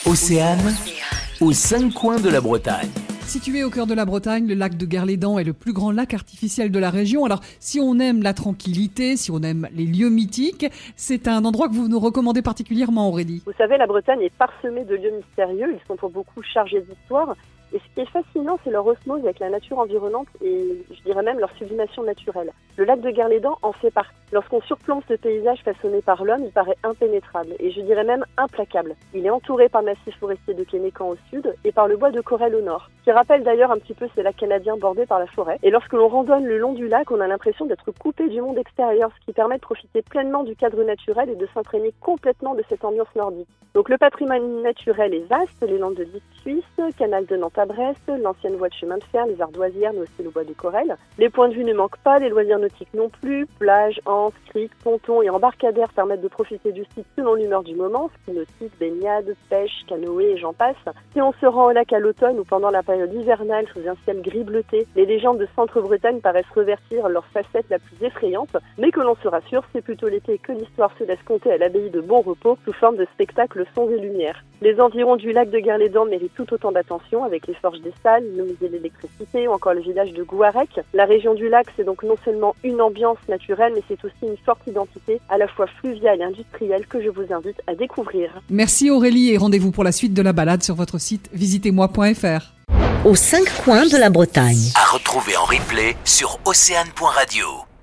Océane, aux 5 coins de la Bretagne. Situé au cœur de la Bretagne, le lac de Guerlédan est le plus grand lac artificiel de la région. Alors, si on aime la tranquillité, si on aime les lieux mythiques, c'est un endroit que vous nous recommandez particulièrement, Aurélie. Vous savez, la Bretagne est parsemée de lieux mystérieux. Ils sont pour beaucoup chargés d'histoire. Et ce qui est fascinant, c'est leur osmose avec la nature environnante et je dirais même leur sublimation naturelle. Le lac de Guerlédan en fait partie. Lorsqu'on surplombe ce paysage façonné par l'homme, il paraît impénétrable et je dirais même implacable. Il est entouré par le massif forestier de Kénécan au sud et par le bois de Corrèze au nord, qui rappelle d'ailleurs un petit peu ces lacs canadiens bordés par la forêt. Et lorsque l'on randonne le long du lac, on a l'impression d'être coupé du monde extérieur, ce qui permet de profiter pleinement du cadre naturel et de s'imprégner complètement de cette ambiance nordique. Donc le patrimoine naturel est vaste, les landes de Dix Suisse, canal de Nantes à Brest, l'ancienne voie de chemin de fer, les ardoisières, mais aussi le bois de Corrèze. Les points de vue ne manquent pas, les loisirs nautiques non plus, plages, anses, criques, pontons et embarcadères permettent de profiter du site selon l'humeur du moment, ski nautique, baignade, pêche, canoë et j'en passe. Si on se rend au lac à l'automne ou pendant la période hivernale sous un ciel gris bleuté, les légendes de Centre-Bretagne paraissent revêtir leur facette la plus effrayante, mais que l'on se rassure, c'est plutôt l'été que l'histoire se laisse compter à l'abbaye de Bon Repos sous forme de spectacle sons et lumières. Les environs du lac de Guerlédan méritent tout autant d'attention avec les forges des Salles, le musée de l'électricité ou encore le village de Gouarec. La région du lac, c'est donc non seulement une ambiance naturelle, mais c'est aussi une forte identité à la fois fluviale et industrielle que je vous invite à découvrir. Merci Aurélie et rendez-vous pour la suite de la balade sur votre site visitez-moi.fr. Aux 5 coins de la Bretagne. À retrouver en replay sur océane.radio.